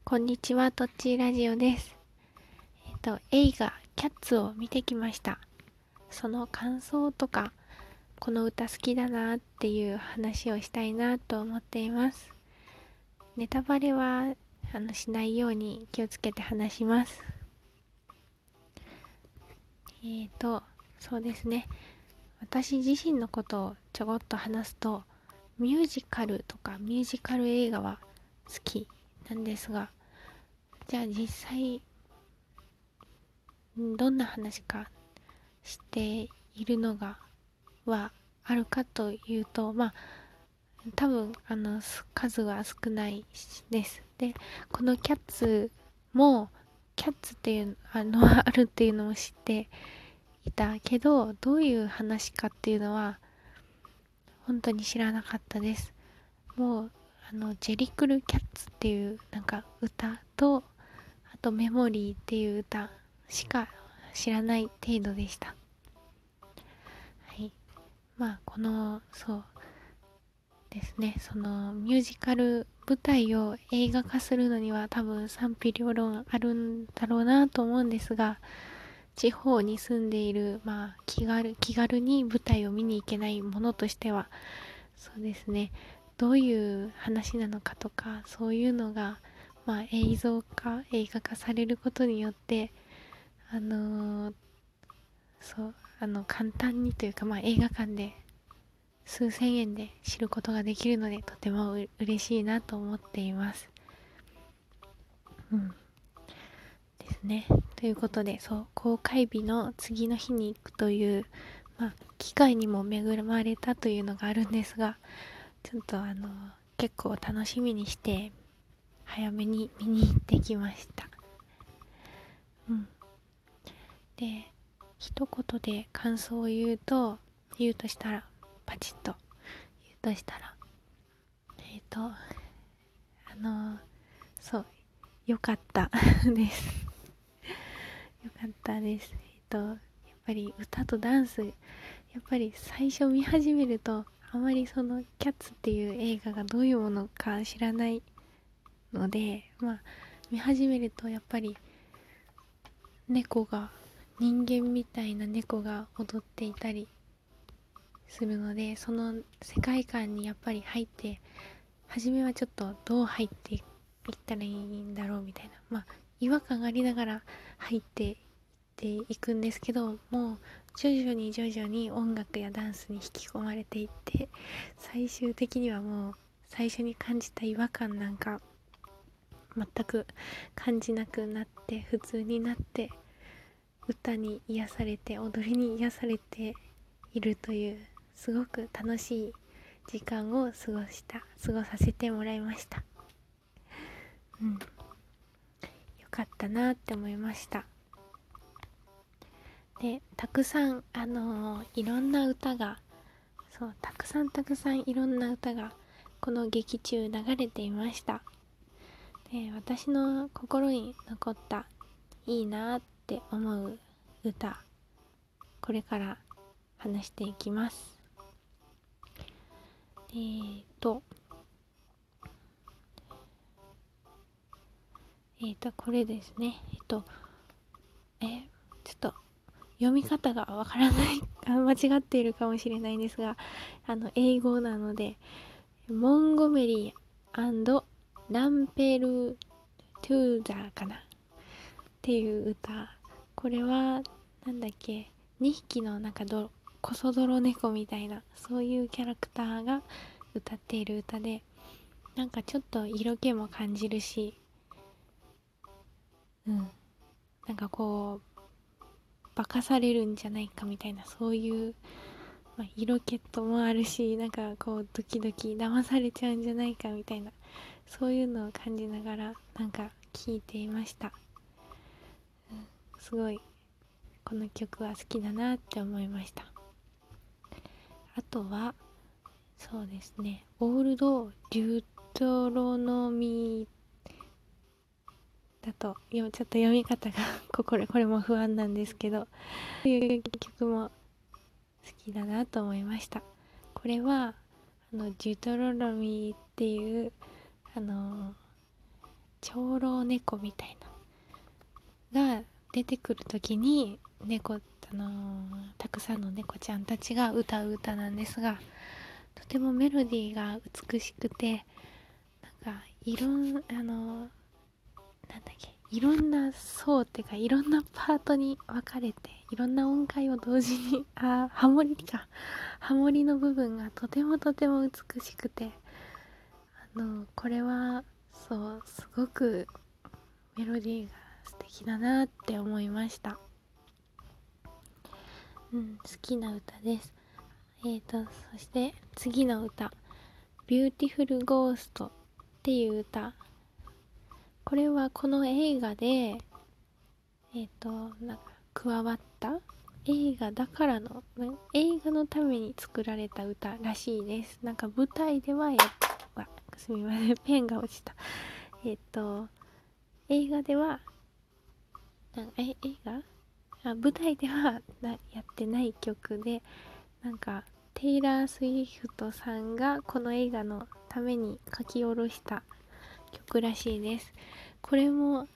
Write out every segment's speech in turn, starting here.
こんにちは、トッチーラジオです。映画キャッツを見てきました。その感想とか、この歌好きだなっていう話をしたいなと思っています。ネタバレはしないように気をつけて話します。そうですね。私自身のことをちょこっと話すと、ミュージカルとかミュージカル映画は好きなんですが、じゃあ実際どんな話かしているのがはあるかというと、多分数は少ないです。で、このキャッツもキャッツっていうはあるっていうのを知っていたけど、どういう話かっていうのは本当に知らなかったです。もうジェリクルキャッツっていうなんか歌と、あとメモリーっていう歌しか知らない程度でした。はい。そうですね、そのミュージカル舞台を映画化するのには多分賛否両論あるんだろうなと思うんですが、地方に住んでいる、気軽に舞台を見に行けないものとしては、そうですね、どういう話なのかとか、そういうのが、映画化されることによって、あのー簡単にというか、映画館で数千円で知ることができるので、とても嬉しいなと思っています。うんですね。ということで、公開日の次の日に行くという、機会にも恵まれたというのがあるんですが、ちょっと結構楽しみにして、早めに見に行ってきました。うん。で、一言で感想を言うとしたら、パチッと言うとしたら、えっ、と、あの、そう、よかったですよかったです。やっぱり歌とダンス、やっぱり最初見始めると、あまりそのキャッツっていう映画がどういうものか知らないので、見始めるとやっぱり猫が、人間みたいな猫が踊っていたりするので、その世界観にやっぱり入って、初めはちょっとどう入っていったらいいんだろうみたいな、違和感がありながら入っていくんですけど、もう徐々に音楽やダンスに引き込まれていって、最終的にはもう最初に感じた違和感なんか全く感じなくなって、普通になって、歌に癒されて踊りに癒されているという、すごく楽しい時間を過ごさせてもらいました。うん、よかったなって思いました。で、たくさんいろんな歌が、たくさんいろんな歌がこの劇中流れていました。で、私の心に残ったいいなって思う歌、これから話していきます。えーと、これですね。ちょっと読み方がわからない間違っているかもしれないんですが、英語なので、モンゴメリーランペルトゥーザーかなっていう歌。これはなんだっけ、2匹のコソ泥猫みたいな、そういうキャラクターが歌っている歌で、なんかちょっと色気も感じるし、うん、なんかこう化かされるんじゃないかみたいな、そういう、色気ともあるし、なんかこうドキドキ騙されちゃうんじゃないかみたいな、そういうのを感じながらなんか聴いていました。すごいこの曲は好きだなって思いました。あとはそうですね、オールド・デュートロノミーだと、ちょっと読み方がこれも不安なんですけど、こういう曲も好きだなと思いました。これはデュートロノミーっていうあの長老猫みたいなが出てくる時にたくさんの猫ちゃんたちが歌う歌なんですが、とてもメロディーが美しくて、なんかいろんな層っていうか、いろんなパートに分かれて、いろんな音階を同時にハモリの部分がとてもとても美しくて、これはすごくメロディーが素敵だなって思いました。好きな歌です。そして次の歌、ビューティフルゴーストっていう歌。これはこの映画でなんか加わった映画だからの、映画のために作られた歌らしいです。なんか舞台ではすみません、ペンが落ちた。映画では舞台ではやってない曲で、なんかテイラー・スウィフトさんがこの映画のために書き下ろした曲らしいです。これも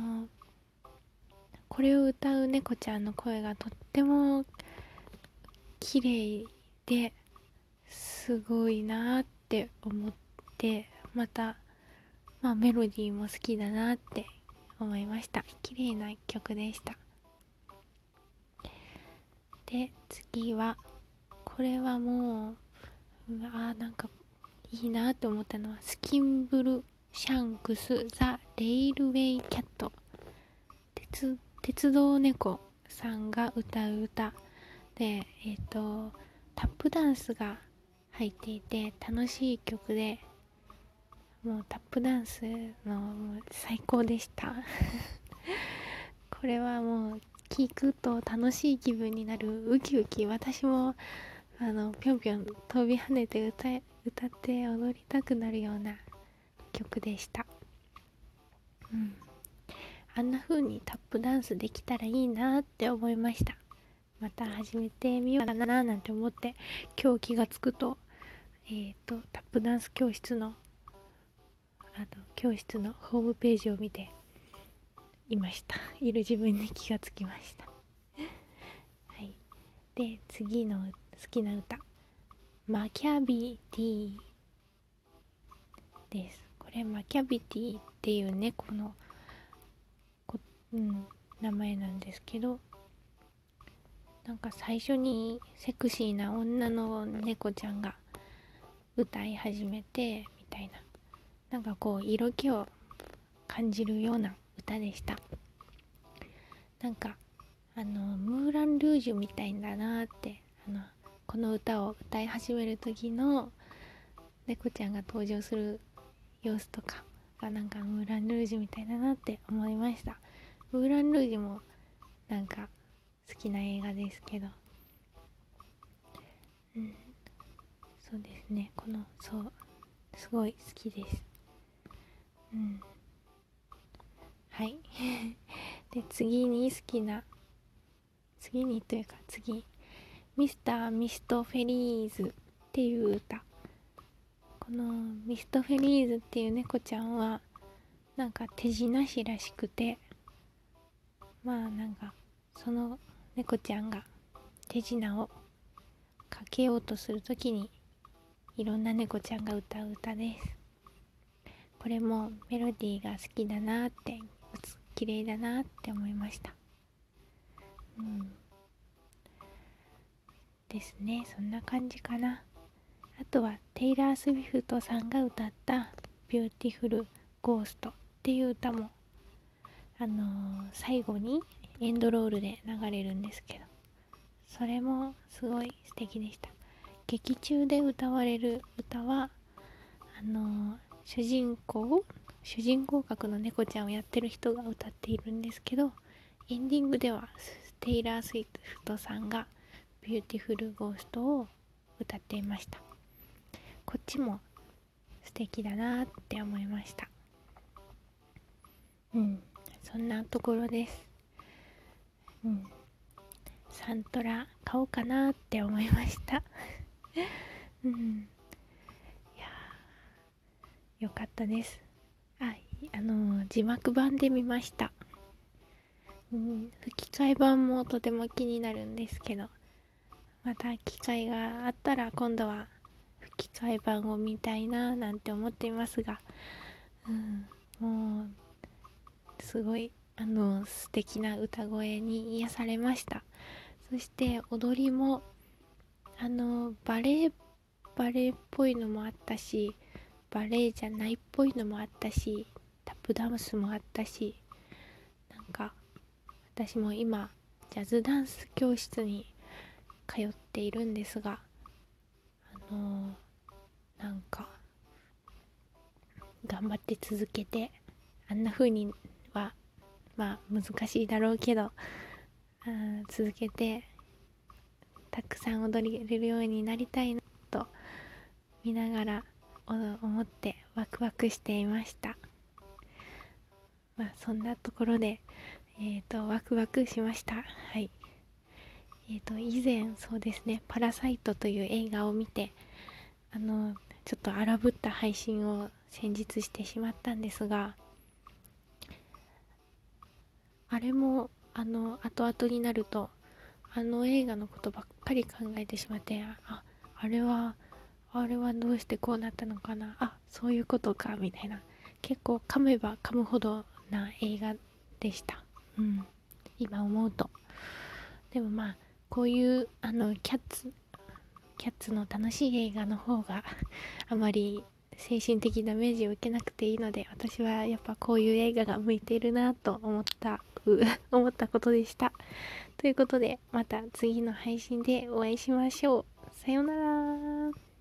これを歌う猫ちゃんの声がとっても綺麗ですごいなって思って、また、メロディーも好きだなって思いました。綺麗な曲でした。で、次はこれはもうなんかいいなって思ったのは、スキンブル・シャンクス・ザ・レイルウェイ・キャット、鉄道猫さんが歌う歌で、タップダンスが入っていて楽しい曲で、もうタップダンスのもう最高でしたこれはもう聴くと楽しい気分になる、ウキウキ、私もぴょんぴょん飛び跳ねて歌って踊りたくなるような曲でした。あんな風にタップダンスできたらいいなって思いました。また始めてみようかななんて思って、今日気がつくとタップダンス教室のホームページを見ている自分に気がつきましたはい。で、次の好きな歌、マキャビティです。これマキャビティっていう猫の名前なんですけど、なんか最初にセクシーな女の猫ちゃんが歌い始めてみたいな、なんかこう色気を感じるような歌でした。なんかムーラン・ルージュみたいだなって、この歌を歌い始める時の猫ちゃんが登場する様子とかがなんかムーラン・ルージュみたいだなって思いました。ムーラン・ルージュもなんか好きな映画ですけど、そうですね、すごい好きです。はいで、次ミスター・ミスト・フェリーズっていう歌。このミスト・フェリーズっていう猫ちゃんはなんか手品師らしくて、なんかその猫ちゃんが手品をかけようとするときにいろんな猫ちゃんが歌う歌です。これもメロディーが好きだなって、綺麗だなって思いました。ですね、そんな感じかな。あとはテイラー・スウィフトさんが歌ったビューティフル・ゴーストっていう歌も最後にエンドロールで流れるんですけど、それもすごい素敵でした。劇中で歌われる歌は主人公格の猫ちゃんをやってる人が歌っているんですけど、エンディングではテイラー・スウィフトさんがビューティフル・ゴーストを歌っていました。こっちも素敵だなって思いました。そんなところです。サントラ買おうかなって思いましたいやよかったです。 字幕版で見ました。吹き替え版もとても気になるんですけど、また機会があったら今度は吹き替え版を見たいななんて思っていますが、もうすごい素敵な歌声に癒されました。そして踊りもバレエっぽいのもあったし、バレエじゃないっぽいのもあったし、タップダンスもあったし、なんか私も今ジャズダンス教室に通っているんですが、なんか頑張って続けて、あんな風にはまあ難しいだろうけど、続けてたくさん踊れるようになりたいなと見ながら思ってワクワクしていました。まあそんなところでワクワクしました。はい。以前そうですね、パラサイトという映画を見て、ちょっと荒ぶった配信を先日してしまったんですが、あれも後々になると映画のことばっかり考えてしまって、あれはどうしてこうなったのかな、そういうことかみたいな、結構噛めば噛むほどな映画でした。今思うと。でもまあこういうキャッツの楽しい映画の方があまり精神的ダメージを受けなくていいので、私はやっぱこういう映画が向いているなと思ったことでした。ということで、また次の配信でお会いしましょう。さようなら。